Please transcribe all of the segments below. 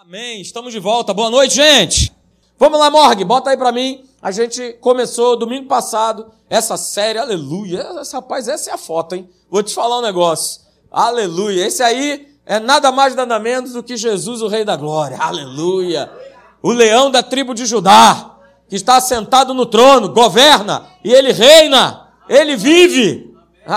Amém, estamos de volta. Boa noite, gente. Vamos lá, Morgue, bota aí pra mim. A gente começou domingo passado essa série, aleluia. Rapaz, essa é a foto, hein? Vou te falar um negócio. Aleluia. Esse aí é nada mais, nada menos do que Jesus, o Rei da Glória. Aleluia. O leão da tribo de Judá, que está sentado no trono, governa, e ele reina, ele vive.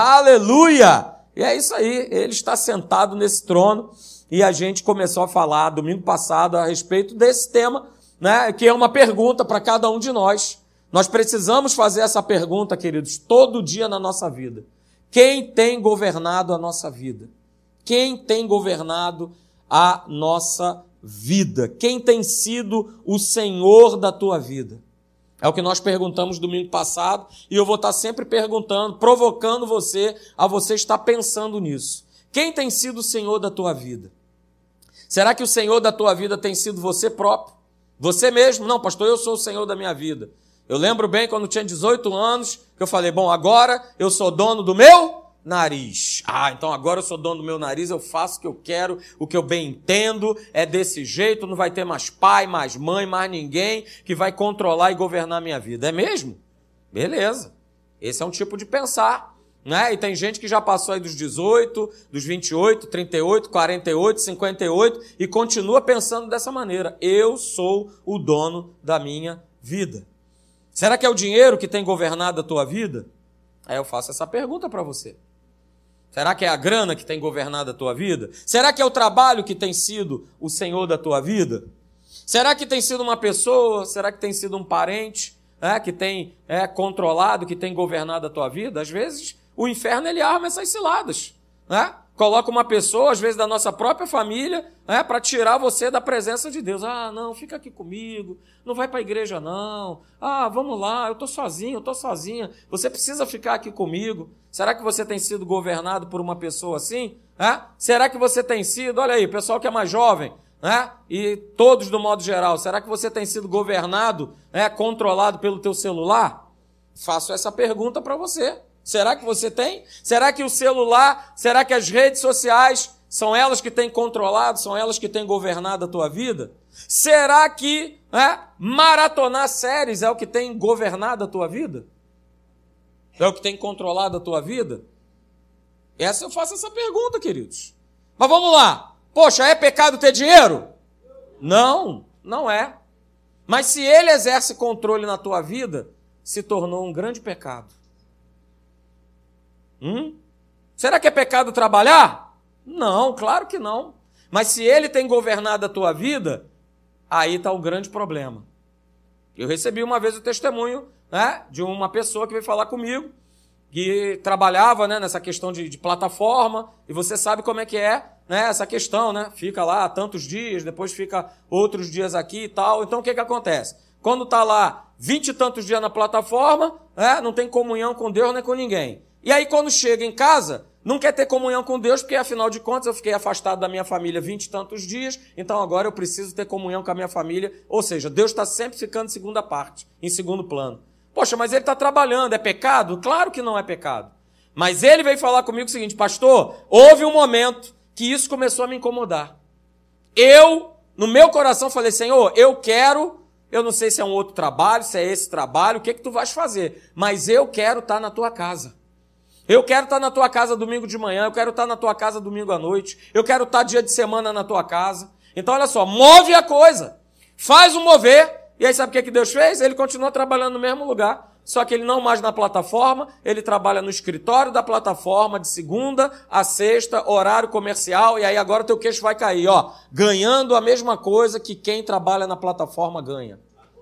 Aleluia. E é isso aí, ele está sentado nesse trono. E a gente começou a falar domingo passado a respeito desse tema, né, que é uma pergunta para cada um de nós. Nós precisamos fazer essa pergunta, queridos, todo dia na nossa vida. Quem tem governado a nossa vida? Quem tem governado a nossa vida? Quem tem sido o Senhor da tua vida? É o que nós perguntamos domingo passado, e eu vou estar sempre perguntando, provocando você a você estar pensando nisso. Quem tem sido o Senhor da tua vida? Será que o Senhor da tua vida tem sido você próprio? Você mesmo? Não, pastor, eu sou o Senhor da minha vida. Eu lembro bem quando tinha 18 anos, que eu falei, bom, agora eu sou dono do meu nariz. Então agora eu sou dono do meu nariz, eu faço o que eu quero, o que eu bem entendo, é desse jeito, não vai ter mais pai, mais mãe, mais ninguém que vai controlar e governar a minha vida. É mesmo? Beleza. Esse é um tipo de pensar. Né? E tem gente que já passou aí dos 18, dos 28, 38, 48, 58 e continua pensando dessa maneira. Eu sou o dono da minha vida. Será que é o dinheiro que tem governado a tua vida? Aí eu faço essa pergunta para você. Será que é a grana que tem governado a tua vida? Será que é o trabalho que tem sido o Senhor da tua vida? Será que tem sido uma pessoa? Será que tem sido um parente que tem controlado, que tem governado a tua vida? Às vezes o inferno, ele arma essas ciladas, né? Coloca uma pessoa, às vezes da nossa própria família, para tirar você da presença de Deus. Não, fica aqui comigo, não vai para a igreja não. Vamos lá, eu estou sozinho, eu estou sozinha. Você precisa ficar aqui comigo. Será que você tem sido governado por uma pessoa assim? Será que você tem sido, olha aí, pessoal que é mais jovem, e todos do modo geral, será que você tem sido governado, controlado pelo teu celular? Faço essa pergunta para você. Será que você tem? Será que o celular, será que as redes sociais são elas que têm controlado, são elas que têm governado a tua vida? Será que maratonar séries é o que tem governado a tua vida? É o que tem controlado a tua vida? Eu faço essa pergunta, queridos. Mas vamos lá. Poxa, é pecado ter dinheiro? Não, não é. Mas se ele exerce controle na tua vida, se tornou um grande pecado. Será que é pecado trabalhar? Não, claro que não. Mas se ele tem governado a tua vida, aí está o grande problema. Eu recebi uma vez o testemunho de uma pessoa que veio falar comigo, que trabalhava nessa questão de plataforma, e você sabe como é que é essa questão, Fica lá tantos dias, depois fica outros dias aqui e tal. Então o que acontece? Quando está lá 20 e tantos dias na plataforma, não tem comunhão com Deus nem com ninguém. E aí, quando chega em casa, não quer ter comunhão com Deus, porque, afinal de contas, eu fiquei afastado da minha família 20 e tantos dias, então agora eu preciso ter comunhão com a minha família. Ou seja, Deus está sempre ficando em segunda parte, em segundo plano. Poxa, mas ele está trabalhando, é pecado? Claro que não é pecado. Mas ele veio falar comigo o seguinte, pastor, houve um momento que isso começou a me incomodar. No meu coração, falei, Senhor, eu não sei se é um outro trabalho, se é esse trabalho, o que tu vais fazer? Mas eu quero estar na tua casa. Eu quero estar na tua casa domingo de manhã, eu quero estar na tua casa domingo à noite, eu quero estar dia de semana na tua casa. Então, olha só, move a coisa, faz o mover, e aí sabe o que Deus fez? Ele continua trabalhando no mesmo lugar, só que ele não mais na plataforma, ele trabalha no escritório da plataforma de segunda a sexta, horário comercial, e aí agora o teu queixo vai cair, ganhando a mesma coisa que quem trabalha na plataforma ganha.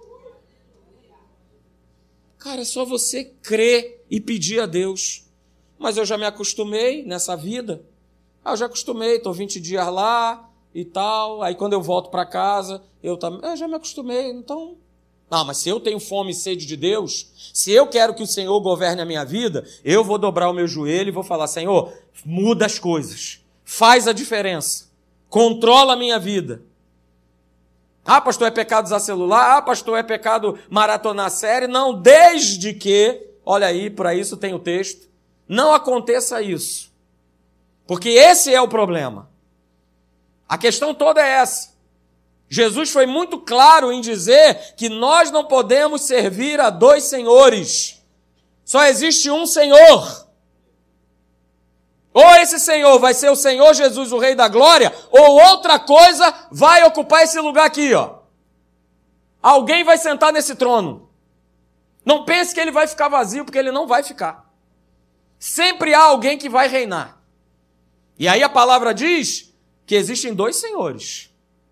Cara, é só você crer e pedir a Deus. Mas eu já me acostumei nessa vida. Eu já acostumei, estou 20 dias lá e tal. Aí quando eu volto para casa, eu já me acostumei. Então, mas se eu tenho fome e sede de Deus, se eu quero que o Senhor governe a minha vida, eu vou dobrar o meu joelho e vou falar, Senhor, muda as coisas, faz a diferença, controla a minha vida. Pastor, é pecado usar celular? Pastor, é pecado maratonar série? Não, desde que, olha aí, para isso tem o texto, não aconteça isso. Porque esse é o problema. A questão toda é essa. Jesus foi muito claro em dizer que nós não podemos servir a dois senhores. Só existe um Senhor. Ou esse Senhor vai ser o Senhor Jesus, o Rei da Glória, ou outra coisa vai ocupar esse lugar aqui, ó. Alguém vai sentar nesse trono. Não pense que ele vai ficar vazio, porque ele não vai ficar. Sempre há alguém que vai reinar. E aí a palavra diz que existem dois senhores.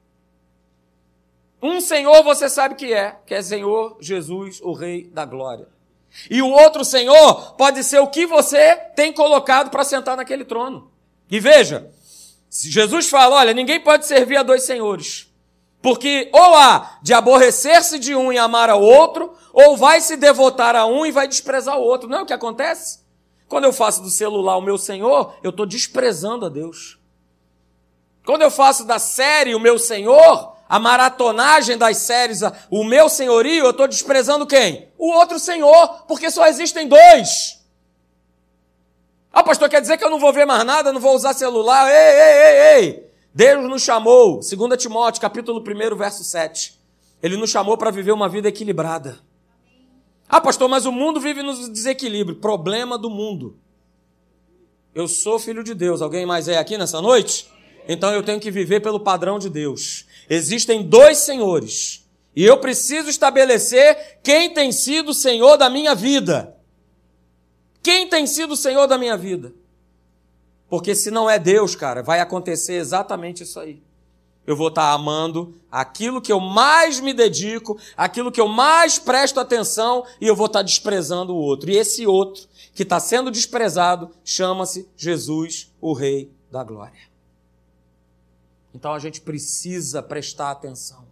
Um Senhor você sabe que é Senhor Jesus, o Rei da Glória. E o outro Senhor pode ser o que você tem colocado para sentar naquele trono. E veja, se Jesus fala, olha, ninguém pode servir a dois senhores. Porque ou há de aborrecer-se de um e amar ao outro, ou vai se devotar a um e vai desprezar o outro. Não é o que acontece? Quando eu faço do celular o meu Senhor, eu estou desprezando a Deus. Quando eu faço da série o meu Senhor, a maratonagem das séries, o meu senhorio, eu estou desprezando quem? O outro Senhor, porque só existem dois. Ah, pastor, quer dizer que eu não vou ver mais nada, não vou usar celular? Ei! Deus nos chamou, 2 Timóteo, capítulo 1, verso 7. Ele nos chamou para viver uma vida equilibrada. Ah, pastor, mas o mundo vive no desequilíbrio. Problema do mundo. Eu sou filho de Deus. Alguém mais é aqui nessa noite? Então eu tenho que viver pelo padrão de Deus. Existem dois senhores. E eu preciso estabelecer quem tem sido o Senhor da minha vida. Quem tem sido o Senhor da minha vida? Porque se não é Deus, cara, vai acontecer exatamente isso aí. Eu vou estar amando aquilo que eu mais me dedico, aquilo que eu mais presto atenção, e eu vou estar desprezando o outro. E esse outro que está sendo desprezado chama-se Jesus, o Rei da Glória. Então a gente precisa prestar atenção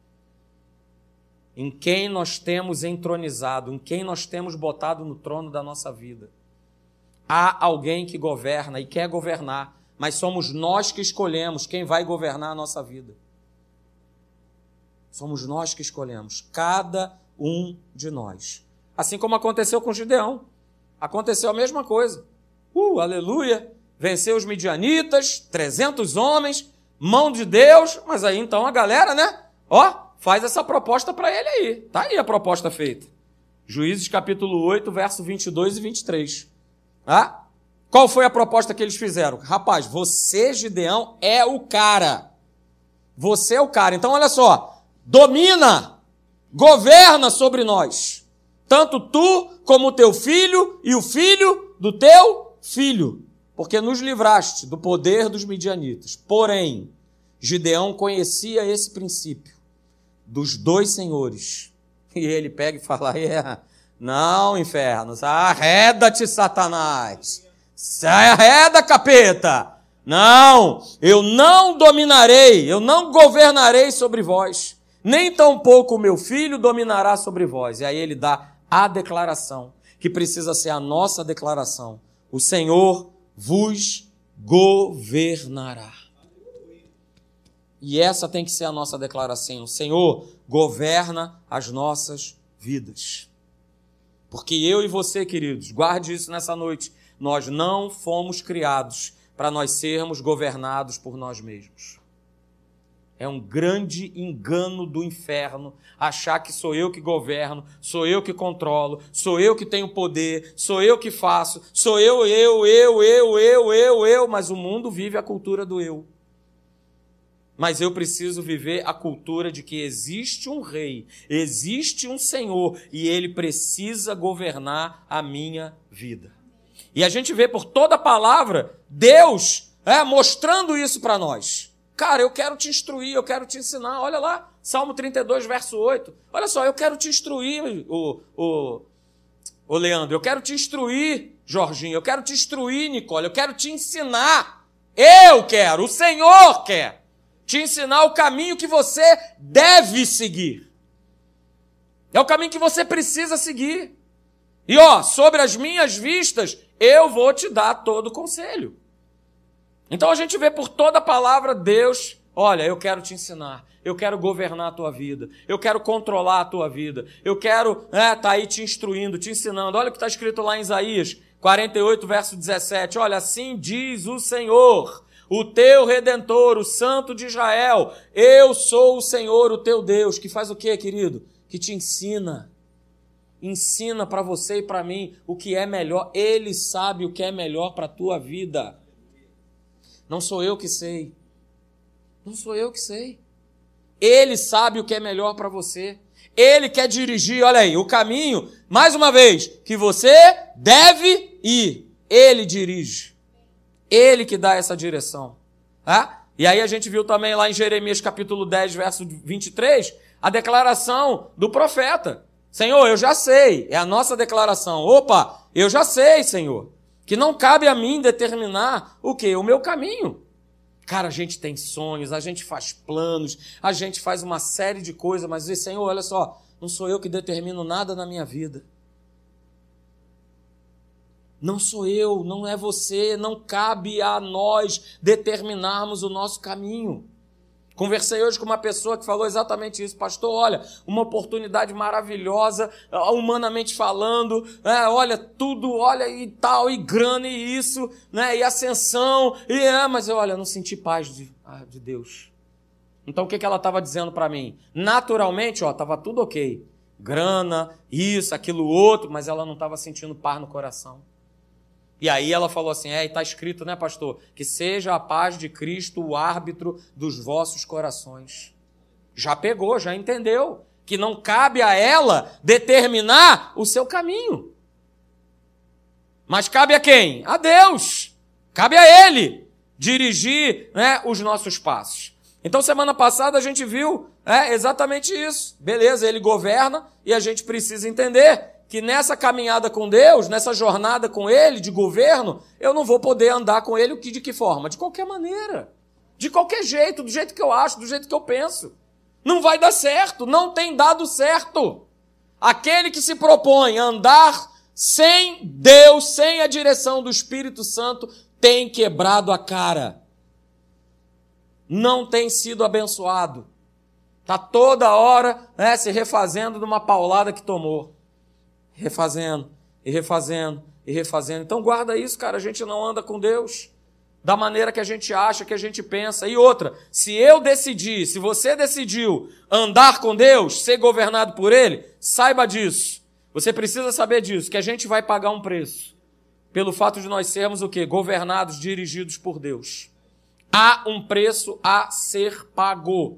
em quem nós temos entronizado, em quem nós temos botado no trono da nossa vida. Há alguém que governa e quer governar, mas somos nós que escolhemos quem vai governar a nossa vida. Somos nós que escolhemos, cada um de nós. Assim como aconteceu com Gideão. Aconteceu a mesma coisa. Aleluia! Venceu os midianitas, 300 homens, mão de Deus, mas aí então a galera, né? Faz essa proposta para ele aí. Tá aí a proposta feita. Juízes capítulo 8, verso 22 e 23. Qual foi a proposta que eles fizeram? Rapaz, você, Gideão, é o cara. Você é o cara. Então, olha só. Domina, governa sobre nós. Tanto tu como o teu filho e o filho do teu filho. Porque nos livraste do poder dos midianitas. Porém, Gideão conhecia esse princípio dos dois senhores. E ele pega e fala, não, inferno, arreda-te, Satanás. Se arreda, capeta. Não, eu não dominarei, eu não governarei sobre vós. Nem tampouco o meu filho dominará sobre vós. E aí ele dá a declaração, que precisa ser a nossa declaração. O Senhor vos governará. E essa tem que ser a nossa declaração. O Senhor governa as nossas vidas. Porque eu e você, queridos, guarde isso nessa noite, nós não fomos criados para nós sermos governados por nós mesmos. É um grande engano do inferno achar que sou eu que governo, sou eu que controlo, sou eu que tenho poder, sou eu que faço, sou eu, mas o mundo vive a cultura do eu. Mas eu preciso viver a cultura de que existe um rei, existe um Senhor e ele precisa governar a minha vida. E a gente vê por toda a palavra Deus mostrando isso para nós. Cara, eu quero te instruir, eu quero te ensinar. Olha lá, Salmo 32, verso 8. Olha só, eu quero te instruir, o Leandro. Eu quero te instruir, Jorginho. Eu quero te instruir, Nicole. Eu quero te ensinar. Eu quero, o Senhor quer te ensinar o caminho que você deve seguir. É o caminho que você precisa seguir. E sobre as minhas vistas, eu vou te dar todo o conselho. Então a gente vê por toda a palavra Deus, olha, eu quero te ensinar, eu quero governar a tua vida, eu quero controlar a tua vida, eu quero tá aí te instruindo, te ensinando. Olha o que está escrito lá em Isaías 48, verso 17, olha, assim diz o Senhor, o teu Redentor, o Santo de Israel. Eu sou o Senhor, o teu Deus, que faz o quê, querido? Que te ensina para você e para mim o que é melhor. Ele sabe o que é melhor para a tua vida. Não sou eu que sei. Não sou eu que sei. Ele sabe o que é melhor para você. Ele quer dirigir, olha aí, o caminho, mais uma vez, que você deve ir. Ele dirige. Ele que dá essa direção. Tá? E aí a gente viu também lá em Jeremias capítulo 10, verso 23, a declaração do profeta. Senhor, eu já sei, é a nossa declaração. Opa, eu já sei, Senhor, que não cabe a mim determinar o quê? O meu caminho. Cara, a gente tem sonhos, a gente faz planos, a gente faz uma série de coisas, mas, Senhor, olha só, não sou eu que determino nada na minha vida. Não sou eu, não é você, não cabe a nós determinarmos o nosso caminho. Conversei hoje com uma pessoa que falou exatamente isso. Pastor, olha, uma oportunidade maravilhosa, humanamente falando, olha, tudo, olha, e tal, e grana, e isso, né, e ascensão, mas olha, eu não senti paz de Deus. Então, o que ela estava dizendo para mim? Naturalmente, estava tudo ok. Grana, isso, aquilo, outro, mas ela não estava sentindo paz no coração. E aí ela falou assim, está escrito, né, pastor? Que seja a paz de Cristo o árbitro dos vossos corações. Já pegou, já entendeu. Que não cabe a ela determinar o seu caminho. Mas cabe a quem? A Deus. Cabe a Ele dirigir, né, os nossos passos. Então, semana passada a gente viu exatamente isso. Beleza, Ele governa e a gente precisa entender que nessa caminhada com Deus, nessa jornada com Ele, de governo, eu não vou poder andar com Ele de que forma? De qualquer maneira. De qualquer jeito, do jeito que eu acho, do jeito que eu penso. Não vai dar certo, não tem dado certo. Aquele que se propõe a andar sem Deus, sem a direção do Espírito Santo, tem quebrado a cara. Não tem sido abençoado. Está toda hora se refazendo de uma paulada que tomou. Refazendo, e refazendo, e refazendo. Então guarda isso, cara, a gente não anda com Deus da maneira que a gente acha, que a gente pensa. E outra, se você decidiu andar com Deus, ser governado por Ele, saiba disso. Você precisa saber disso, que a gente vai pagar um preço pelo fato de nós sermos o quê? Governados, dirigidos por Deus. Há um preço a ser pago.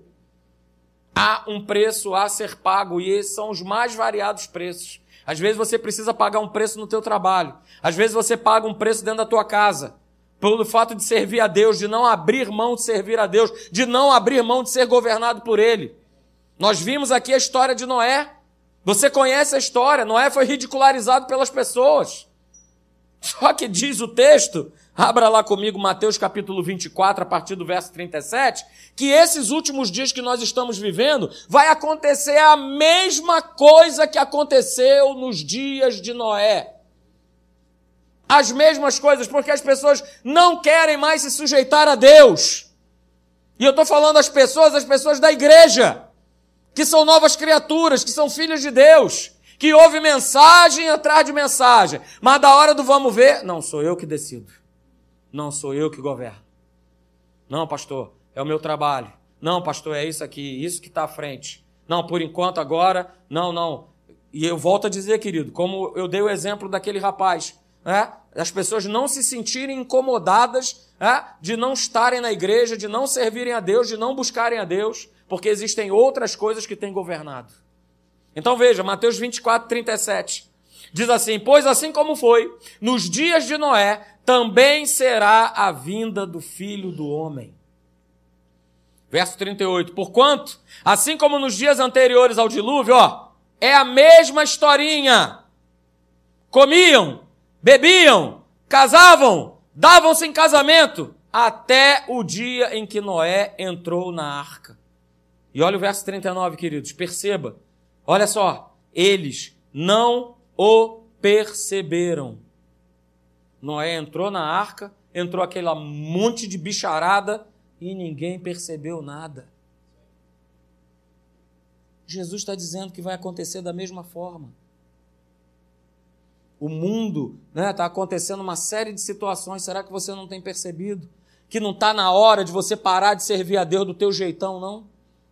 Há um preço a ser pago, e esses são os mais variados preços. Às vezes você precisa pagar um preço no teu trabalho. Às vezes você paga um preço dentro da tua casa. Pelo fato de servir a Deus, de não abrir mão de servir a Deus, de não abrir mão de ser governado por Ele. Nós vimos aqui a história de Noé. Você conhece a história. Noé foi ridicularizado pelas pessoas. Só que diz o texto, abra lá comigo Mateus capítulo 24, a partir do verso 37, que esses últimos dias que nós estamos vivendo, vai acontecer a mesma coisa que aconteceu nos dias de Noé. As mesmas coisas, porque as pessoas não querem mais se sujeitar a Deus. E eu estou falando as pessoas da igreja, que são novas criaturas, que são filhos de Deus, que ouve mensagem atrás de mensagem, mas da hora do vamos ver, não sou eu que decido, não sou eu que governo. Não, pastor, é o meu trabalho. Não, pastor, é isso aqui, isso que está à frente. Não, por enquanto agora, não. E eu volto a dizer, querido, como eu dei o exemplo daquele rapaz, as pessoas não se sentirem incomodadas de não estarem na igreja, de não servirem a Deus, de não buscarem a Deus, porque existem outras coisas que têm governado. Então veja, Mateus 24, 37, diz assim, pois assim como foi, nos dias de Noé, também será a vinda do Filho do Homem. Verso 38, porquanto, assim como nos dias anteriores ao dilúvio, é a mesma historinha. Comiam, bebiam, casavam, davam-se em casamento, até o dia em que Noé entrou na arca. E olha o verso 39, queridos, perceba. Olha só, eles não o perceberam. Noé entrou na arca, entrou aquele monte de bicharada e ninguém percebeu nada. Jesus está dizendo que vai acontecer da mesma forma. O mundo está acontecendo uma série de situações, será que você não tem percebido? que não está na hora de você parar de servir a Deus do teu jeitão, não?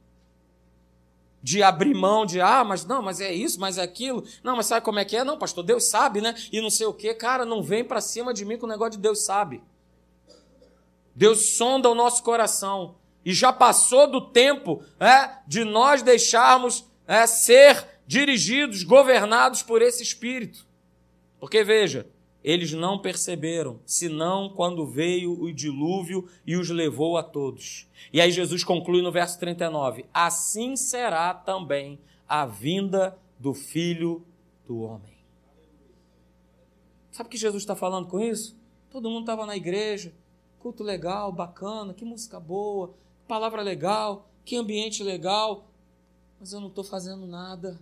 De abrir mão de, mas não, mas é isso, mas é aquilo. Não, mas sabe como é que é? Não, pastor, Deus sabe, né? E não sei o quê. Cara, não vem para cima de mim com o negócio de Deus sabe. Deus sonda o nosso coração. E já passou do tempo de nós deixarmos ser dirigidos, governados por esse Espírito. Porque, veja, eles não perceberam, senão quando veio o dilúvio e os levou a todos. E aí Jesus conclui no verso 39, assim será também a vinda do Filho do Homem. Sabe o que Jesus está falando com isso? Todo mundo estava na igreja, culto legal, bacana, que música boa, palavra legal, que ambiente legal, mas eu não estou fazendo nada.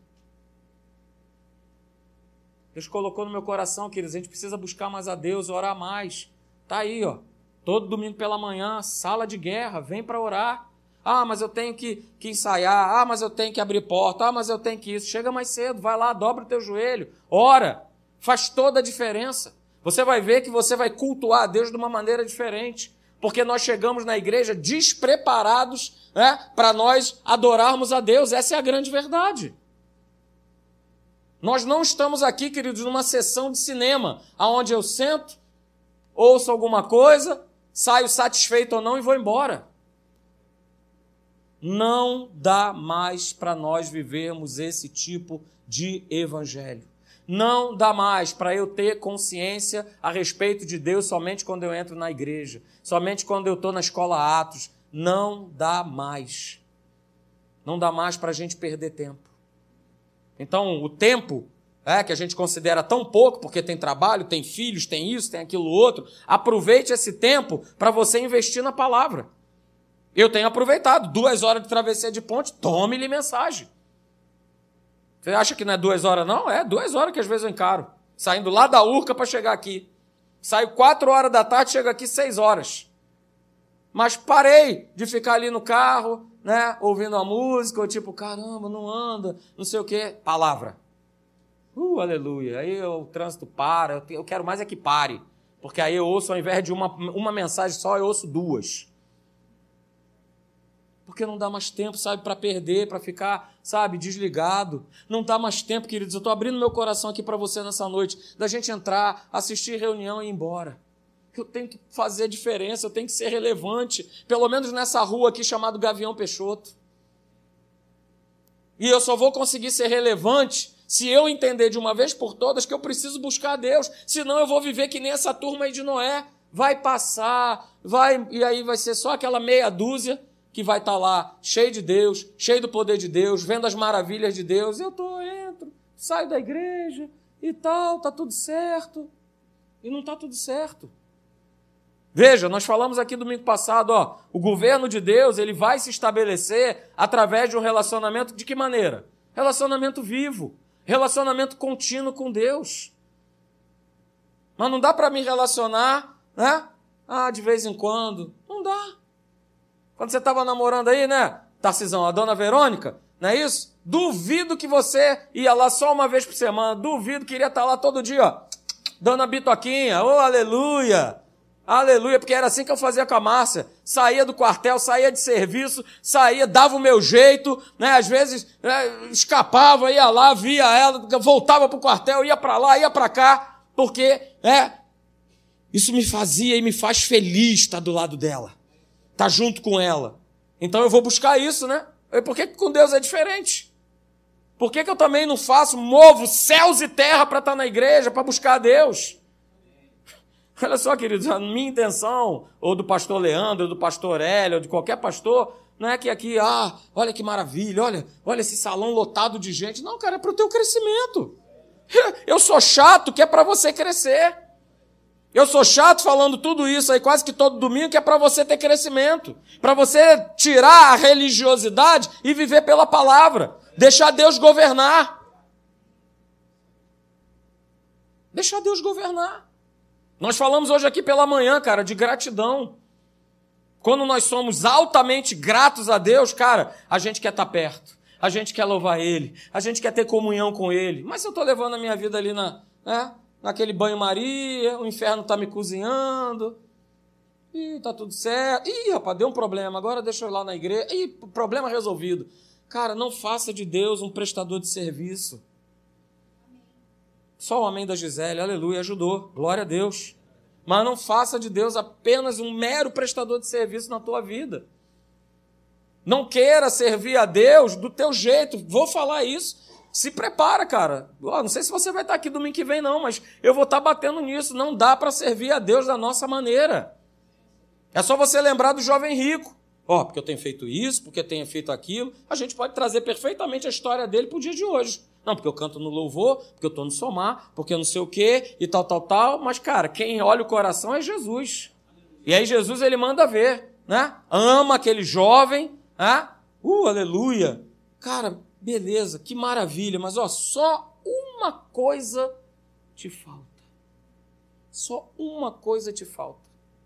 Deus colocou no meu coração, queridos, a gente precisa buscar mais a Deus, orar mais. Está aí, todo domingo pela manhã, sala de guerra, vem para orar. Mas eu tenho que ensaiar, mas eu tenho que abrir porta, mas eu tenho que isso. Chega mais cedo, vai lá, dobra o teu joelho, ora, faz toda a diferença. Você vai ver que você vai cultuar a Deus de uma maneira diferente, porque nós chegamos na igreja despreparados para nós adorarmos a Deus, essa é a grande verdade. Nós não estamos aqui, queridos, numa sessão de cinema, onde eu sento, ouço alguma coisa, saio satisfeito ou não e vou embora. Não dá mais para nós vivermos esse tipo de evangelho. Não dá mais para eu ter consciência a respeito de Deus somente quando eu entro na igreja, somente quando eu estou na escola Atos. Não dá mais. Não dá mais para a gente perder tempo. Então, o tempo que a gente considera tão pouco, porque tem trabalho, tem filhos, tem isso, tem aquilo outro, aproveite esse tempo para você investir na palavra. Eu tenho aproveitado 2 horas de travessia de ponte, tome-lhe mensagem. Você acha que não é 2 horas, não? É 2 horas que às vezes eu encaro. Saindo lá da Urca para chegar aqui. Saio 4 horas da tarde, chego aqui 6 horas. Mas parei de ficar ali no carro, ouvindo a música, ou tipo, caramba, não anda, não sei o quê. Palavra. Aleluia. Aí o trânsito para, eu quero mais é que pare. Porque aí eu ouço, ao invés de uma mensagem só, eu ouço 2. Porque não dá mais tempo, para perder, para ficar, desligado. Não dá mais tempo, queridos. Eu estou abrindo meu coração aqui para você nessa noite, da gente entrar, assistir reunião e ir embora. Eu tenho que fazer diferença, eu tenho que ser relevante, pelo menos nessa rua aqui chamada Gavião Peixoto. E eu só vou conseguir ser relevante se eu entender de uma vez por todas que eu preciso buscar a Deus, senão eu vou viver que nem essa turma aí de Noé. Vai passar, e aí vai ser só aquela meia dúzia que vai estar lá, cheio de Deus, cheio do poder de Deus, vendo as maravilhas de Deus. Eu entro, saio da igreja e tal, está tudo certo. E não está tudo certo. Veja, nós falamos aqui domingo passado, o governo de Deus, ele vai se estabelecer através de um relacionamento de que maneira? Relacionamento vivo, relacionamento contínuo com Deus. Mas não dá para me relacionar, de vez em quando. Não dá. Quando você estava namorando aí, Tarcisão, a dona Verônica, não é isso? Duvido que você ia lá só uma vez por semana, duvido que iria estar lá todo dia, dona Bitoquinha, aleluia, aleluia, porque era assim que eu fazia com a Márcia, saía do quartel, saía de serviço, dava o meu jeito, às vezes escapava, ia lá, via ela, voltava para o quartel, ia para lá, ia para cá, porque isso me fazia e me faz feliz estar do lado dela. Está junto com ela. Então eu vou buscar isso, Por que com Deus é diferente? Por que eu também não movo céus e terra para estar na igreja, para buscar a Deus? Olha só, queridos, a minha intenção, ou do pastor Leandro, ou do pastor Hélio, ou de qualquer pastor, não é que aqui, olha que maravilha, olha esse salão lotado de gente. Não, cara, é para o teu crescimento. Eu sou chato, que é para você crescer. Eu sou chato falando tudo isso aí quase que todo domingo, que é para você ter crescimento, para você tirar a religiosidade e viver pela palavra, deixar Deus governar. Deixar Deus governar. Nós falamos hoje aqui pela manhã, cara, de gratidão. Quando nós somos altamente gratos a Deus, cara, a gente quer estar perto, a gente quer louvar Ele, a gente quer ter comunhão com Ele. Mas se eu estou levando a minha vida ali naquele banho-maria, o inferno está me cozinhando, Ih, tá tudo certo. Ih, rapaz, deu um problema, agora deixa eu ir lá na igreja. Ih, problema resolvido. Cara, não faça de Deus um prestador de serviço. Só o amém da Gisele, aleluia, ajudou, glória a Deus. Mas não faça de Deus apenas um mero prestador de serviço na tua vida. Não queira servir a Deus do teu jeito. Vou falar isso. Se prepara, cara. Não sei se você vai estar aqui domingo que vem, não, mas eu vou estar batendo nisso. Não dá para servir a Deus da nossa maneira. É só você lembrar do jovem rico. Porque eu tenho feito isso, porque eu tenho feito aquilo. A gente pode trazer perfeitamente a história dele para o dia de hoje. Não, porque eu canto no louvor, porque eu estou no somar, porque eu não sei o quê, e tal. Mas, cara, quem olha o coração é Jesus. E aí Jesus, ele manda ver, né? Ama aquele jovem, né? Aleluia. Cara, beleza, que maravilha, mas só uma coisa te falta. Só uma coisa te falta.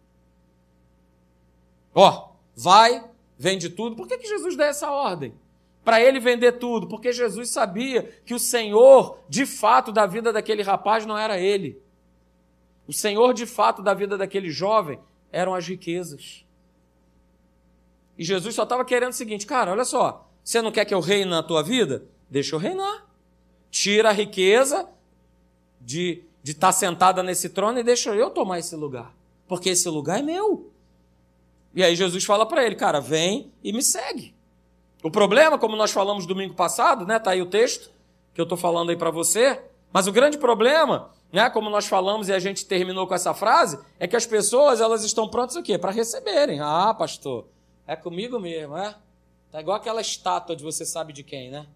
Vai, vende tudo. Por que Jesus dá essa ordem? Para ele vender tudo, porque Jesus sabia que o Senhor, de fato, da vida daquele rapaz não era ele. O Senhor, de fato, da vida daquele jovem eram as riquezas. E Jesus só estava querendo o seguinte, cara, olha só, você não quer que eu reine na tua vida? Deixa eu reinar. Tira a riqueza de estar sentada nesse trono e deixa eu tomar esse lugar, porque esse lugar é meu. E aí Jesus fala para ele, cara, vem e me segue. O problema, como nós falamos domingo passado, né, tá aí o texto que eu estou falando aí para você, mas o grande problema, né, como nós falamos e a gente terminou com essa frase, é que as pessoas, elas estão prontas o quê? Para receberem. Ah, pastor, é comigo mesmo, é? Tá igual aquela estátua de você sabe de quem, né?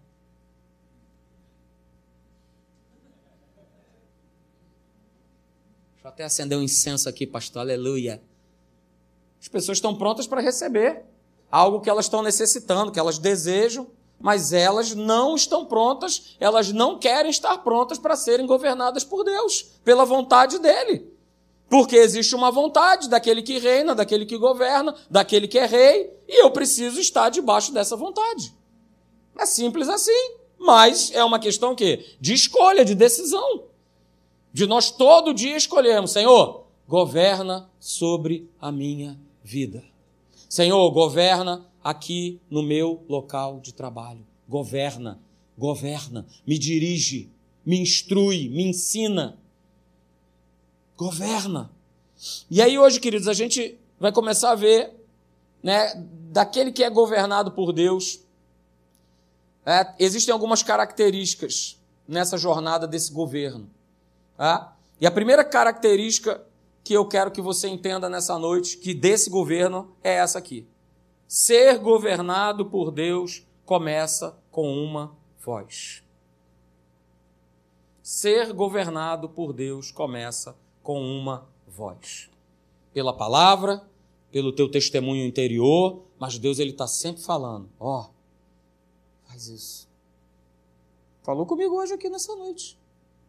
Deixa eu até acender um incenso aqui, pastor, aleluia. As pessoas estão prontas para receber algo que elas estão necessitando, que elas desejam, mas elas não estão prontas, elas não querem estar prontas para serem governadas por Deus, pela vontade dele. Porque existe uma vontade daquele que reina, daquele que governa, daquele que é rei, e eu preciso estar debaixo dessa vontade. É simples assim, mas é uma questão que de escolha, de decisão. De nós todo dia escolhermos, Senhor, governa sobre a minha vida. Senhor, governa aqui no meu local de trabalho. Governa, me dirige, me instrui, me ensina. Governa. E aí hoje, queridos, a gente vai começar a ver, né, daquele que é governado por Deus. Existem algumas características nessa jornada desse governo. E a primeira característica que eu quero que você entenda nessa noite, que desse governo, é essa aqui. Ser governado por Deus começa com uma voz. Ser governado por Deus começa com uma voz. Pela palavra, pelo teu testemunho interior, mas Deus, ele está sempre falando. Faz isso. Falou comigo hoje aqui nessa noite.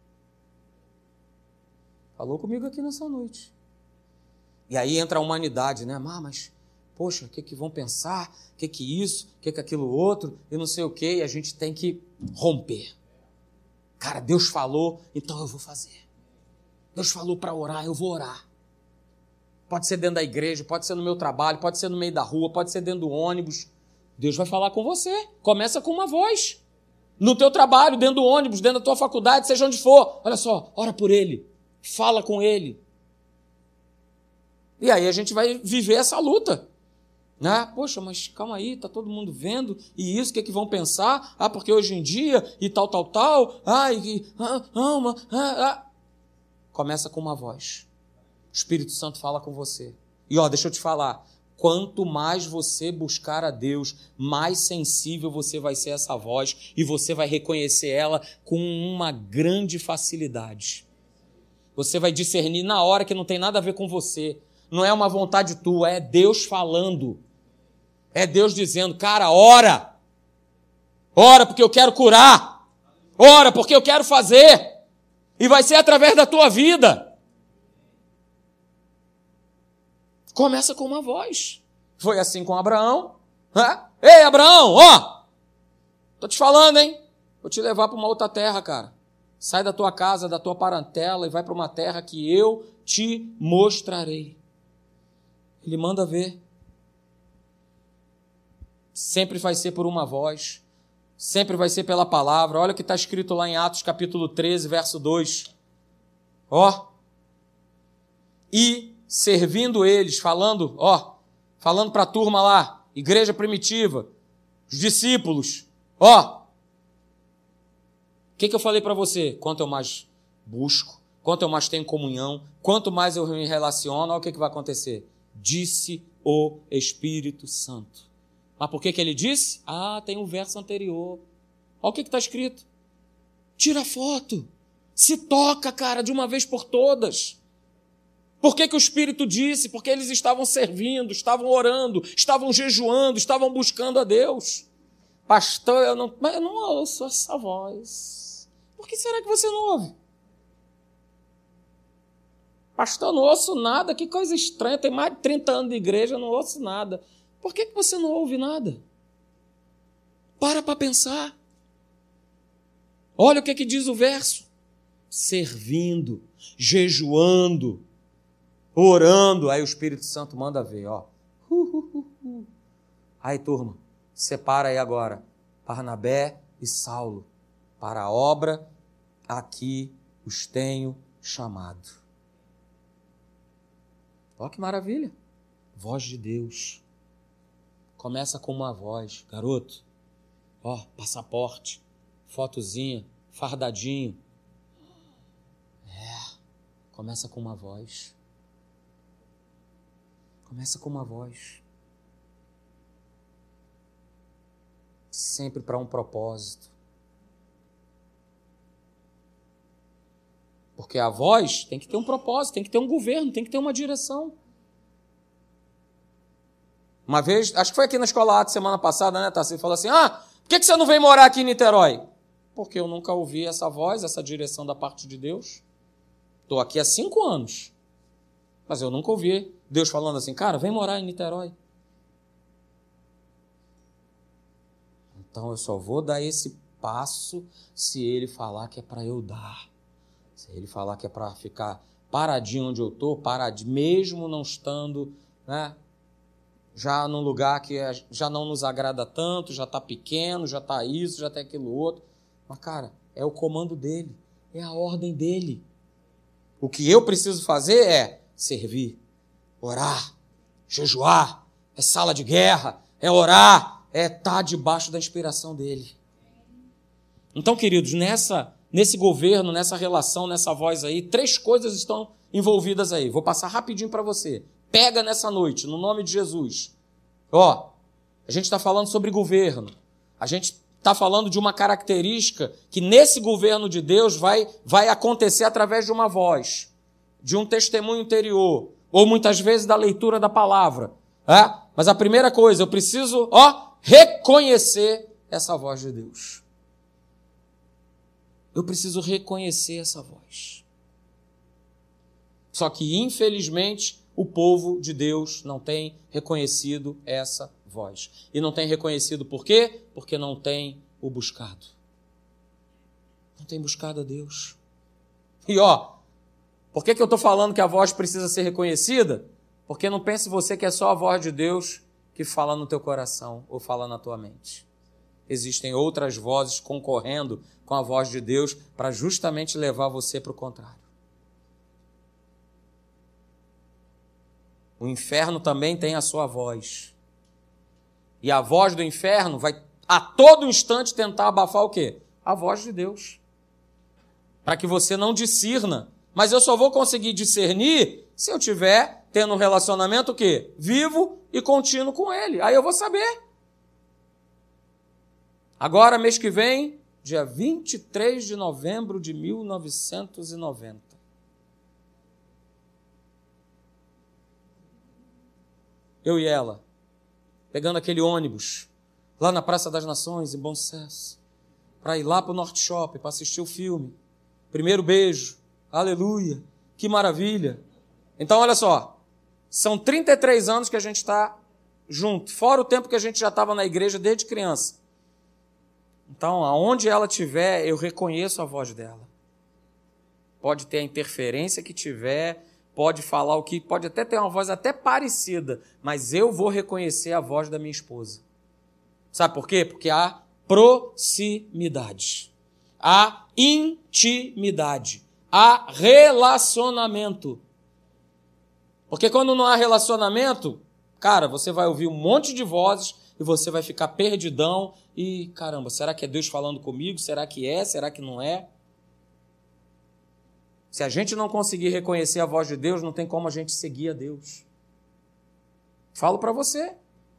Falou comigo aqui nessa noite. E aí entra a humanidade, né? Mas, poxa, o que vão pensar? O que isso? O que aquilo outro? E não sei o quê. E a gente tem que romper. Cara, Deus falou, então eu vou fazer. Deus falou para orar, eu vou orar. Pode ser dentro da igreja, pode ser no meu trabalho, pode ser no meio da rua, pode ser dentro do ônibus. Deus vai falar com você. Começa com uma voz. No teu trabalho, dentro do ônibus, dentro da tua faculdade, seja onde for. Olha só, ora por ele. Fala com ele. E aí a gente vai viver essa luta. Né? Poxa, mas calma aí, tá todo mundo vendo. E isso, o que vão pensar? Porque hoje em dia, e tal. Começa com uma voz. O Espírito Santo fala com você. E deixa eu te falar. Quanto mais você buscar a Deus, mais sensível você vai ser a essa voz. E você vai reconhecer ela com uma grande facilidade. Você vai discernir na hora que não tem nada a ver com você. Não é uma vontade tua, é Deus falando. É Deus dizendo, cara, ora. Ora porque eu quero curar. Ora porque eu quero fazer. E vai ser através da tua vida. Começa com uma voz. Foi assim com Abraão. Ei, Abraão, tô te falando, hein? Vou te levar para uma outra terra, cara. Sai da tua casa, da tua parentela e vai para uma terra que eu te mostrarei. Ele manda ver. Sempre vai ser por uma voz. Sempre vai ser pela palavra. Olha o que está escrito lá em Atos capítulo 13, verso 2. Ó. E servindo eles, falando para a turma lá, igreja primitiva, os discípulos, o que eu falei para você? Quanto eu mais busco, quanto eu mais tenho comunhão, quanto mais eu me relaciono, olha o que vai acontecer. Disse o Espírito Santo. Mas por que ele disse? Tem um verso anterior. Olha o que está escrito. Tira foto. Se toca, cara, de uma vez por todas. Por que o Espírito disse? Porque eles estavam servindo, estavam orando, estavam jejuando, estavam buscando a Deus. Pastor, eu não ouço essa voz. Por que será que você não ouve? Pastor, eu não ouço nada, que coisa estranha, tem mais de 30 anos de igreja, eu não ouço nada. Por que você não ouve nada? Para pensar. Olha o que diz o verso. Servindo, jejuando, orando. Aí o Espírito Santo manda ver, Aí, turma, separa aí agora Barnabé e Saulo para a obra a que os tenho chamado. Olha que maravilha. Voz de Deus. Começa com uma voz. Garoto, passaporte, fotozinha, fardadinho. Começa com uma voz. Começa com uma voz. Sempre para um propósito. Porque a voz tem que ter um propósito, tem que ter um governo, tem que ter uma direção. Uma vez, acho que foi aqui na Escola Atos semana passada, né, Tassi? Falou assim, por que você não vem morar aqui em Niterói? Porque eu nunca ouvi essa voz, essa direção da parte de Deus. Estou aqui há 5 anos, mas eu nunca ouvi Deus falando assim, cara, vem morar em Niterói. Então eu só vou dar esse passo se ele falar que é para eu dar. Se ele falar que é para ficar paradinho onde eu estou, mesmo não estando, né, já num lugar que já não nos agrada tanto, já está pequeno, já está isso, já está aquilo outro. Mas, cara, é o comando dele, é a ordem dele. O que eu preciso fazer é servir, orar, jejuar, é sala de guerra, é orar, é estar debaixo da inspiração dele. Então, queridos, nesse governo, nessa relação, nessa voz aí, 3 coisas estão envolvidas aí. Vou passar rapidinho para você. Pega nessa noite, no nome de Jesus. A gente está falando sobre governo. A gente está falando de uma característica que nesse governo de Deus vai acontecer através de uma voz, de um testemunho interior, ou muitas vezes da leitura da palavra. Mas a primeira coisa, eu preciso, reconhecer essa voz de Deus. Eu preciso reconhecer essa voz. Só que, infelizmente, o povo de Deus não tem reconhecido essa voz. E não tem reconhecido por quê? Porque não tem o buscado. Não tem buscado a Deus. E por que eu estou falando que a voz precisa ser reconhecida? Porque não pense você que é só a voz de Deus que fala no teu coração ou fala na tua mente. Existem outras vozes concorrendo com a voz de Deus para justamente levar você para o contrário. O inferno também tem a sua voz. E a voz do inferno vai a todo instante tentar abafar o quê? A voz de Deus. Para que você não discirna. Mas eu só vou conseguir discernir se eu tiver tendo um relacionamento o quê? Vivo e contínuo com ele. Aí eu vou saber. Agora, mês que vem, dia 23 de novembro de 1990. Eu e ela, pegando aquele ônibus, lá na Praça das Nações, em Bom Sucesso, para ir lá para o Norte Shopping, para assistir o filme. Primeiro beijo, aleluia, que maravilha. Então, olha só, são 33 anos que a gente está junto, fora o tempo que a gente já estava na igreja desde criança. Então, aonde ela estiver, eu reconheço a voz dela. Pode ter a interferência que tiver, pode falar o que, pode até ter uma voz até parecida, mas eu vou reconhecer a voz da minha esposa. Sabe por quê? Porque há proximidade, há intimidade, há relacionamento. Porque quando não há relacionamento, cara, você vai ouvir um monte de vozes e você vai ficar perdidão e, caramba, será que é Deus falando comigo? Será que é? Será que não é? Se a gente não conseguir reconhecer a voz de Deus, não tem como a gente seguir a Deus. Falo para você.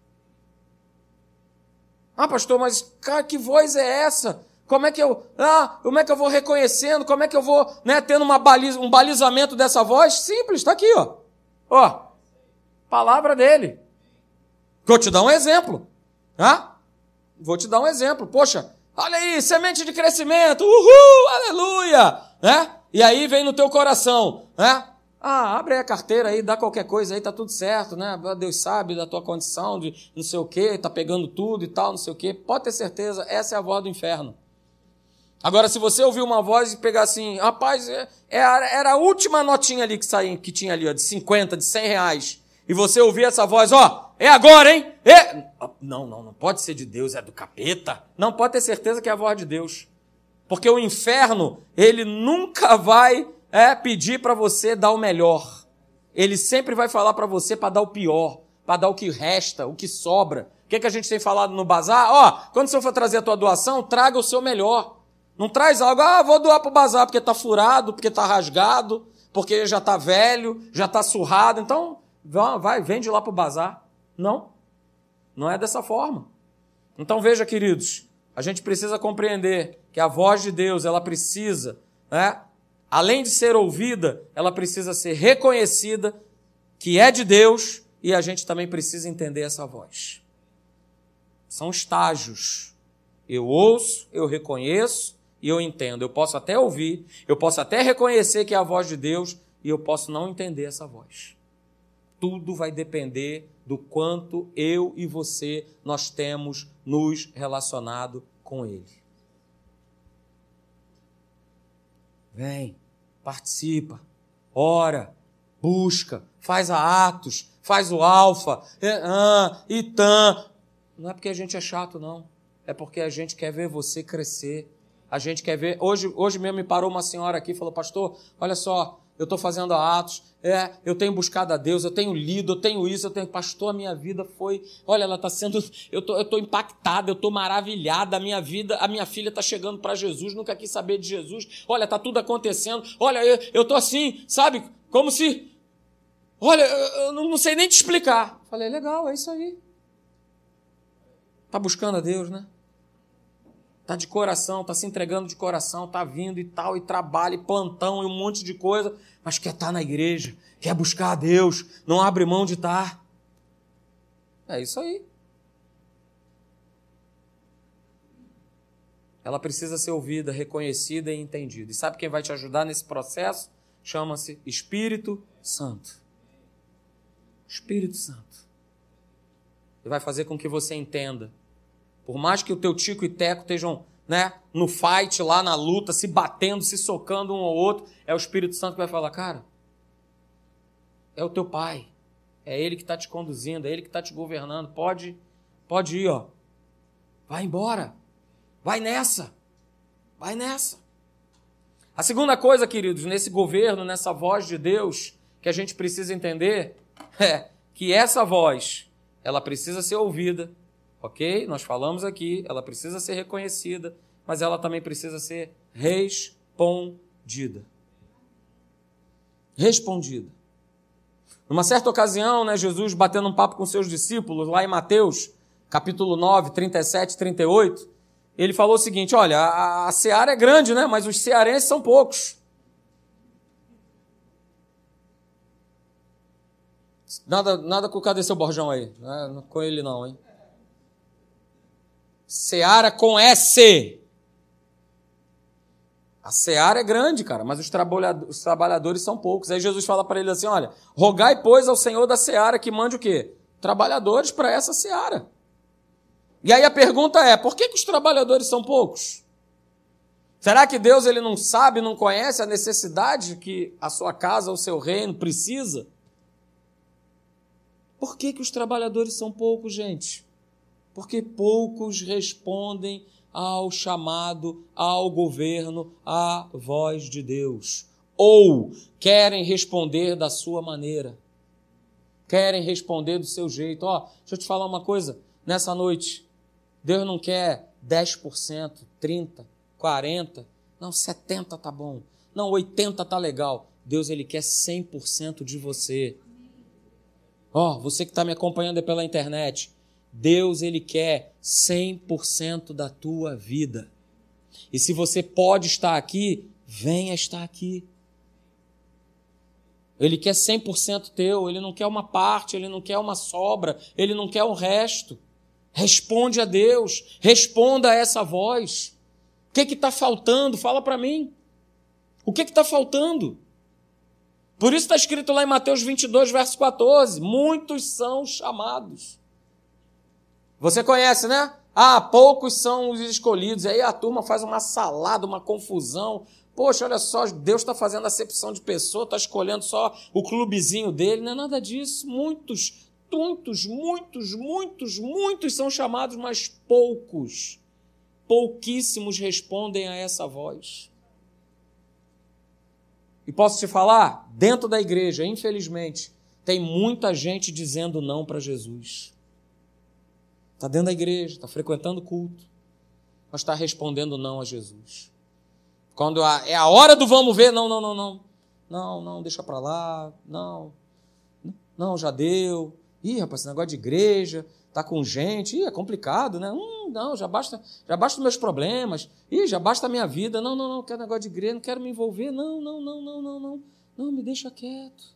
Ah, pastor, mas cara, que voz é essa? Como é que eu vou reconhecendo? Como é que eu vou, tendo um balizamento dessa voz? Simples, está aqui, ó. Ó, palavra dele. Vou te dar um exemplo. Vou te dar um exemplo. Poxa, olha aí, semente de crescimento. Uhul, aleluia. E aí vem no teu coração, abre aí a carteira aí, dá qualquer coisa aí, tá tudo certo, Deus sabe da tua condição de não sei o quê, tá pegando tudo e tal, não sei o quê. Pode ter certeza, essa é a voz do inferno. Agora, se você ouvir uma voz e pegar assim, rapaz, era a última notinha ali que tinha ali, ó, de 50, de 100 reais, e você ouvir essa voz, ó, é agora, hein? Não pode ser de Deus, é do capeta. Não, pode ter certeza que é a voz de Deus. Porque o inferno, ele nunca vai pedir para você dar o melhor. Ele sempre vai falar para você para dar o pior, para dar o que resta, o que sobra. O que a gente tem falado no bazar? Quando você for trazer a tua doação, traga o seu melhor. Não traz algo, vou doar para o bazar porque está furado, porque está rasgado, porque já está velho, já está surrado. Então, vende lá para o bazar. Não é dessa forma. Então, veja, queridos, a gente precisa compreender que a voz de Deus, ela precisa, além de ser ouvida, ela precisa ser reconhecida, que é de Deus, e a gente também precisa entender essa voz. São estágios. Eu ouço, eu reconheço e eu entendo. Eu posso até ouvir, eu posso até reconhecer que é a voz de Deus e eu posso não entender essa voz. Tudo vai depender do quanto eu e você nós temos nos relacionado com Ele. Vem, participa, ora, busca, faz a Atos, faz o Alfa, Itam. Não é porque a gente é chato, não. É porque a gente quer ver você crescer. A gente quer ver... Hoje mesmo me parou uma senhora aqui e falou, pastor, olha só, eu estou fazendo a Atos, eu tenho buscado a Deus, eu tenho lido, eu tenho isso, pastor, a minha vida foi... Olha, ela está sendo... Eu estou impactada, eu estou maravilhada, a minha filha está chegando para Jesus, nunca quis saber de Jesus. Olha, está tudo acontecendo. Olha, eu estou assim, sabe, como se... Olha, eu não sei nem te explicar. Falei, legal, é isso aí. Está buscando a Deus, né? Está de coração, está se entregando de coração, está vindo e tal, e trabalha, e plantão, e um monte de coisa, mas quer estar na igreja, quer buscar a Deus, não abre mão de estar. É isso aí. Ela precisa ser ouvida, reconhecida e entendida. E sabe quem vai te ajudar nesse processo? Chama-se Espírito Santo. Espírito Santo. Ele vai fazer com que você entenda. Por mais que o teu tico e teco estejam, no fight, lá na luta, se batendo, se socando um ao outro, é o Espírito Santo que vai falar, cara, é o teu pai, é ele que está te conduzindo, é ele que está te governando, pode ir, ó. Vai embora, vai nessa. A segunda coisa, queridos, nesse governo, nessa voz de Deus, que a gente precisa entender, é que essa voz, ela precisa ser ouvida, ok? Nós falamos aqui, ela precisa ser reconhecida, mas ela também precisa ser respondida. Numa certa ocasião, Jesus batendo um papo com seus discípulos, lá em Mateus, capítulo 9, 37 e 38, ele falou o seguinte, olha, a seara é grande, mas os cearenses são poucos. Nada com cadê seu Borjão aí? Não com ele não, hein? Seara com S. A seara é grande, cara, mas os trabalhadores são poucos. Aí Jesus fala para ele assim, olha, rogai, pois, ao Senhor da seara que mande o quê? Trabalhadores para essa seara. E aí a pergunta é, por que os trabalhadores são poucos? Será que Deus ele não sabe, não conhece a necessidade que a sua casa, o seu reino precisa? Por que os trabalhadores são poucos, gente? Porque poucos respondem ao chamado, ao governo, à voz de Deus. Ou querem responder da sua maneira. Querem responder do seu jeito. Deixa eu te falar uma coisa. Nessa noite, Deus não quer 10%, 30%, 40%. Não, 70% tá bom. Não, 80% tá legal. Deus, ele quer 100% de você. Você que está me acompanhando aí pela internet. Deus, ele quer 100% da tua vida. E se você pode estar aqui, venha estar aqui. Ele quer 100% teu, ele não quer uma parte, ele não quer uma sobra, ele não quer o resto. Responde a Deus, responda a essa voz. O que está faltando? Fala para mim. O que está faltando? Por isso está escrito lá em Mateus 22, verso 14, muitos são chamados. Você conhece, né? Poucos são os escolhidos. E aí a turma faz uma salada, uma confusão. Poxa, olha só, Deus está fazendo acepção de pessoa, está escolhendo só o clubezinho dele. Não é nada disso. Muitos são chamados, mas pouquíssimos respondem a essa voz. E posso te falar, dentro da igreja, infelizmente, tem muita gente dizendo não para Jesus. Está dentro da igreja, está frequentando o culto, mas está respondendo não a Jesus. Quando é a hora do vamos ver, não, deixa para lá, não, já deu. Rapaz, esse negócio de igreja, tá com gente, é complicado, né? Não, já basta os meus problemas, já basta a minha vida, não, quero negócio de igreja, não quero me envolver, não, me deixa quieto.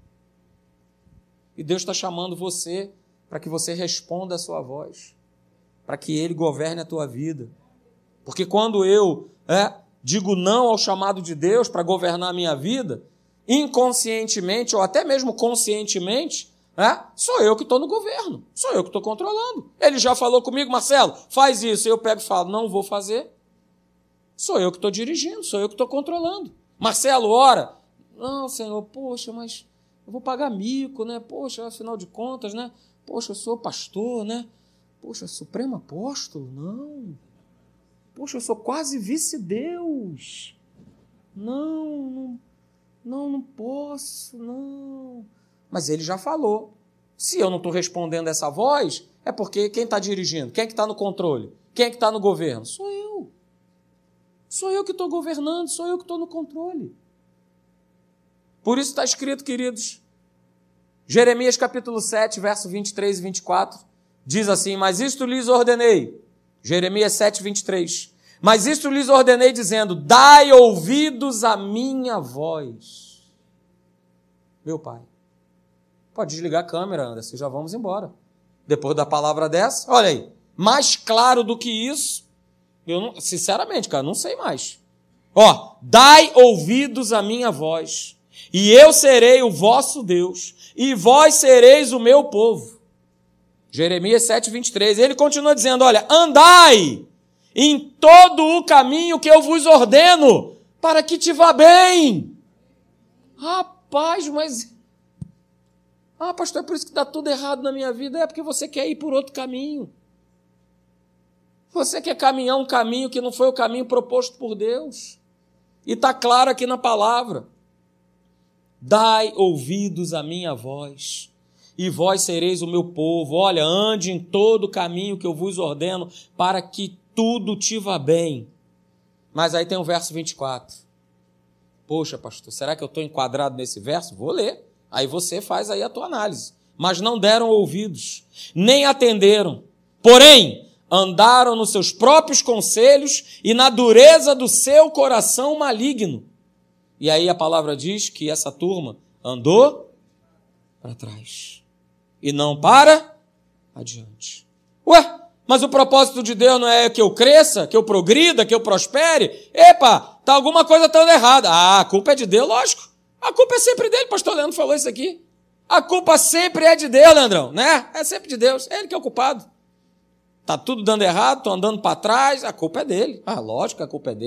E Deus está chamando você para que você responda a sua voz, para que Ele governe a tua vida. Porque quando eu digo não ao chamado de Deus para governar a minha vida, inconscientemente ou até mesmo conscientemente, sou eu que estou no governo, sou eu que estou controlando. Ele já falou comigo, Marcelo, faz isso. Eu pego e falo, não vou fazer. Sou eu que estou dirigindo, sou eu que estou controlando. Marcelo, ora. Não, Senhor, poxa, mas eu vou pagar mico, né? Poxa, afinal de contas, né? Poxa, eu sou pastor, né? Poxa, supremo apóstolo? Não. Poxa, eu sou quase vice-deus. Não posso, não. Mas ele já falou. Se eu não estou respondendo essa voz, é porque quem está dirigindo? Quem é que está no controle? Quem é que está no governo? Sou eu. Sou eu que estou governando, sou eu que estou no controle. Por isso está escrito, queridos, Jeremias capítulo 7, verso 23 e 24, diz assim, mas isto lhes ordenei, Jeremias 7, 23, mas isto lhes ordenei dizendo, dai ouvidos à minha voz. Meu Pai, pode desligar a câmera, Anderson, já vamos embora. Depois da palavra dessa, olha aí, mais claro do que isso, eu não, sinceramente, cara, não sei mais. Dai ouvidos à minha voz, e eu serei o vosso Deus, e vós sereis o meu povo. Jeremias 7, 23. Ele continua dizendo, olha, andai em todo o caminho que eu vos ordeno, para que te vá bem. Rapaz, mas... pastor, é por isso que dá tudo errado na minha vida. É porque você quer ir por outro caminho. Você quer caminhar um caminho que não foi o caminho proposto por Deus. E está claro aqui na palavra. Dai ouvidos à minha voz, e vós sereis o meu povo. Olha, ande em todo o caminho que eu vos ordeno, para que tudo te vá bem. Mas aí tem o verso 24. Poxa, pastor, será que eu estou enquadrado nesse verso? Vou ler. Aí você faz aí a tua análise. Mas não deram ouvidos, nem atenderam. Porém, andaram nos seus próprios conselhos e na dureza do seu coração maligno. E aí a palavra diz que essa turma andou para trás e não para adiante. Mas o propósito de Deus não é que eu cresça, que eu progrida, que eu prospere? Tá alguma coisa tão errada. A culpa é de Deus, lógico. A culpa é sempre dele, pastor Leandro falou isso aqui. A culpa sempre é de Deus, Leandrão, né? É sempre de Deus, é ele que é o culpado. Tá tudo dando errado, tô andando para trás, a culpa é dele. Lógico que a culpa é dele.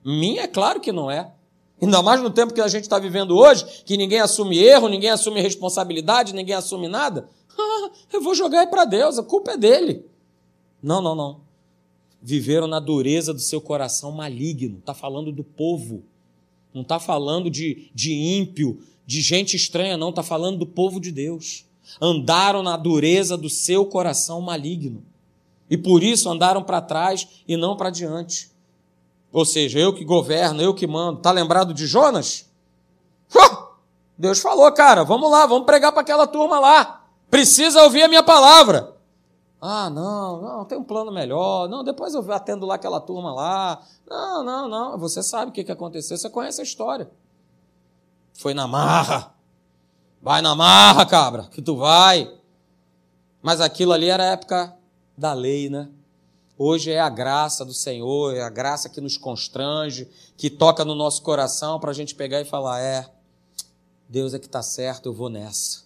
Minha, é claro que não é. Ainda mais no tempo que a gente está vivendo hoje, que ninguém assume erro, ninguém assume responsabilidade, ninguém assume nada. Eu vou jogar aí para Deus, a culpa é dele. Não. Viveram na dureza do seu coração maligno. Está falando do povo. Não está falando de ímpio, de gente estranha, não. Está falando do povo de Deus. Andaram na dureza do seu coração maligno. E por isso andaram para trás e não para diante. Ou seja, eu que governo, eu que mando. Está lembrado de Jonas? Deus falou, cara, vamos lá, vamos pregar para aquela turma lá. Precisa ouvir a minha palavra. Não, tem um plano melhor. Não, depois eu atendo lá aquela turma lá. Não. Você sabe o que aconteceu, você conhece a história. Foi na marra. Vai na marra, cabra, que tu vai. Mas aquilo ali era a época da lei, né? Hoje é a graça do Senhor, é a graça que nos constrange, que toca no nosso coração para a gente pegar e falar, Deus é que está certo, eu vou nessa.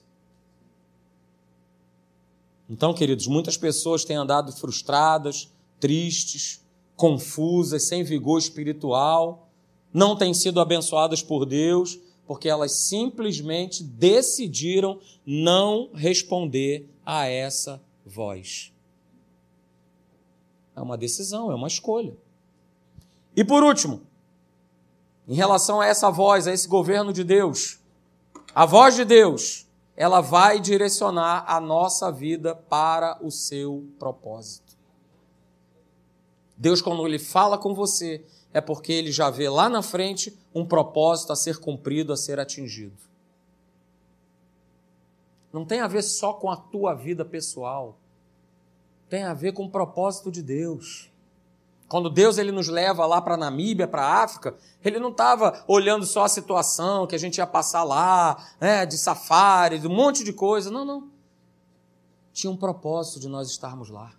Então, queridos, muitas pessoas têm andado frustradas, tristes, confusas, sem vigor espiritual, não têm sido abençoadas por Deus, porque elas simplesmente decidiram não responder a essa voz. É uma decisão, é uma escolha. E por último, em relação a essa voz, a esse governo de Deus, a voz de Deus, ela vai direcionar a nossa vida para o seu propósito. Deus, quando Ele fala com você, é porque Ele já vê lá na frente um propósito a ser cumprido, a ser atingido. Não tem a ver só com a tua vida pessoal. Tem a ver com o propósito de Deus. Quando Deus ele nos leva lá para a Namíbia, para a África, Ele não estava olhando só a situação que a gente ia passar lá, de safari, de um monte de coisa. Não. Tinha um propósito de nós estarmos lá.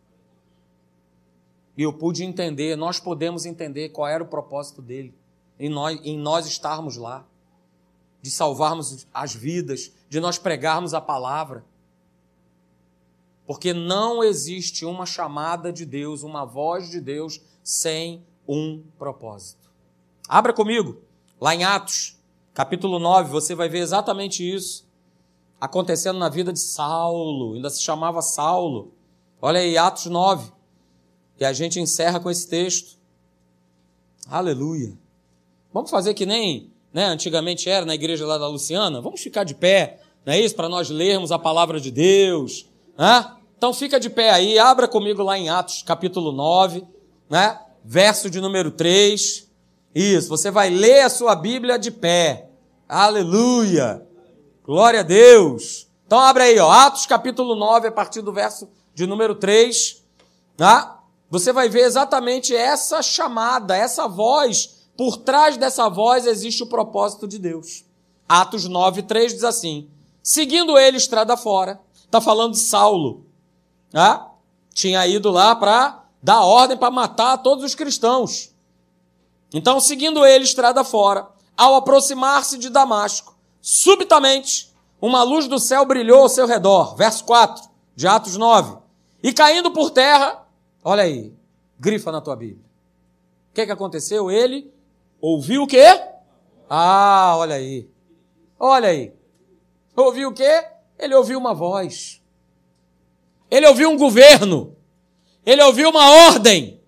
E eu pude entender, nós podemos entender qual era o propósito dele, em nós estarmos lá, de salvarmos as vidas, de nós pregarmos a palavra. Porque não existe uma chamada de Deus, uma voz de Deus, sem um propósito. Abra comigo, lá em Atos, capítulo 9, você vai ver exatamente isso acontecendo na vida de Saulo, ainda se chamava Saulo. Olha aí, Atos 9, e a gente encerra com esse texto. Aleluia. Vamos fazer que nem antigamente era na igreja lá da Luciana? Vamos ficar de pé, não é isso? Para nós lermos a palavra de Deus. Então fica de pé aí, abra comigo lá em Atos, capítulo 9, verso de número 3. Isso, você vai ler a sua Bíblia de pé. Aleluia! Glória a Deus! Então abre aí, Atos, capítulo 9, a partir do verso de número 3. Você vai ver exatamente essa chamada, essa voz. Por trás dessa voz existe o propósito de Deus. Atos 9, 3 diz assim: seguindo ele estrada fora, está falando de Saulo. Tinha ido lá para dar ordem para matar todos os cristãos. Então, seguindo ele estrada fora, ao aproximar-se de Damasco, subitamente, uma luz do céu brilhou ao seu redor. Verso 4 de Atos 9. E caindo por terra, olha aí, grifa na tua Bíblia. O que aconteceu? Ele ouviu o quê? Olha aí. Olha aí. Ouviu o quê? Ele ouviu uma voz. Ele ouviu um governo. Ele ouviu uma ordem.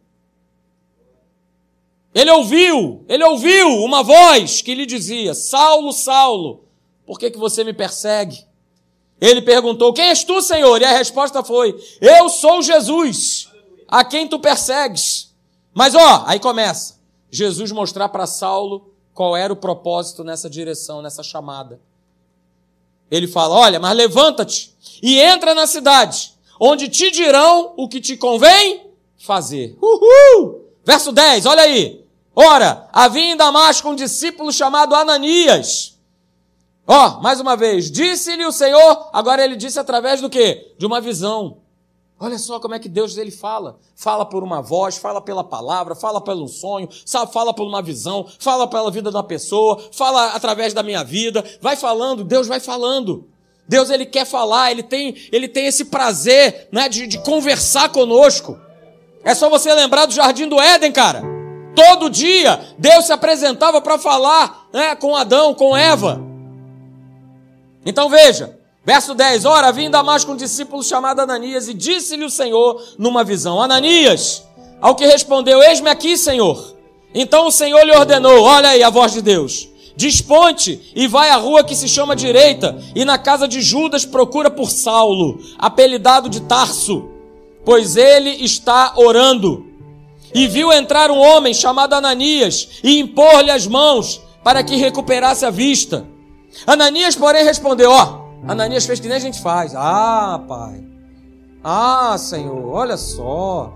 Ele ouviu uma voz que lhe dizia: Saulo, Saulo, por que você me persegue? Ele perguntou: quem és tu, Senhor? E a resposta foi: eu sou Jesus, a quem tu persegues. Mas aí começa. Jesus mostrar para Saulo qual era o propósito nessa direção, nessa chamada. Ele fala: olha, mas levanta-te e entra na cidade, onde te dirão o que te convém fazer. Verso 10, olha aí. Ora, havia em Damasco um discípulo chamado Ananias. Mais uma vez, disse-lhe o Senhor, agora ele disse através do quê? De uma visão. Olha só como é que Deus ele fala. Fala por uma voz, fala pela palavra, fala pelo sonho, fala por uma visão, fala pela vida da pessoa, fala através da minha vida. Vai falando, Deus vai falando. Deus ele quer falar, ele tem esse prazer, de conversar conosco. É só você lembrar do Jardim do Éden, cara. Todo dia, Deus se apresentava para falar, né, com Adão, com Eva. Então veja, verso 10, ora, havia em Damasco um discípulo chamado Ananias, e disse-lhe o Senhor numa visão, Ananias, ao que respondeu, eis-me aqui, Senhor. Então o Senhor lhe ordenou, olha aí a voz de Deus, desponte e vai à rua que se chama Direita, e na casa de Judas procura por Saulo, apelidado de Tarso, pois ele está orando. E viu entrar um homem chamado Ananias e impor-lhe as mãos para que recuperasse a vista. Ananias, porém, respondeu, Ananias fez que nem a gente faz. Pai. Senhor, olha só.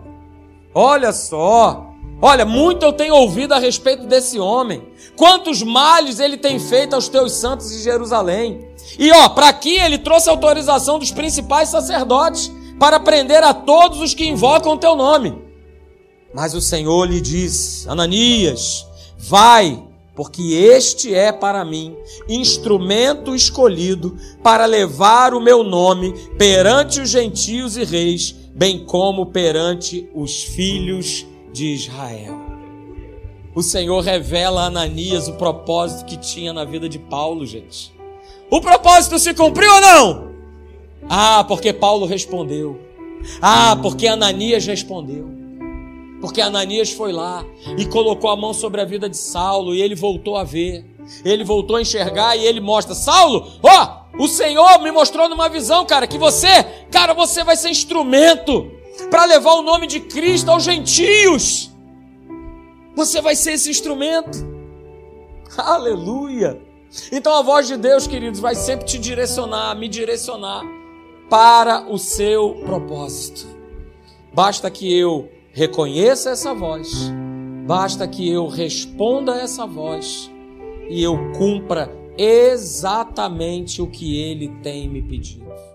Olha, muito eu tenho ouvido a respeito desse homem. Quantos males ele tem feito aos teus santos de Jerusalém. E para aqui ele trouxe autorização dos principais sacerdotes para prender a todos os que invocam o teu nome. Mas o Senhor lhe disse, Ananias, vai, porque este é para mim instrumento escolhido para levar o meu nome perante os gentios e reis, bem como perante os filhos de Israel. O Senhor revela a Ananias o propósito que tinha na vida de Paulo, gente. O propósito se cumpriu ou não? Porque Paulo respondeu. Porque Ananias respondeu. Porque Ananias foi lá e colocou a mão sobre a vida de Saulo e ele voltou a ver. Ele voltou a enxergar e ele mostra, Saulo, o Senhor me mostrou numa visão, cara, que você vai ser instrumento para levar o nome de Cristo aos gentios. Você vai ser esse instrumento. Aleluia. Então a voz de Deus, queridos, vai sempre te direcionar, me direcionar para o seu propósito. Basta que eu reconheça essa voz, basta que eu responda a essa voz e eu cumpra exatamente o que Ele tem me pedido.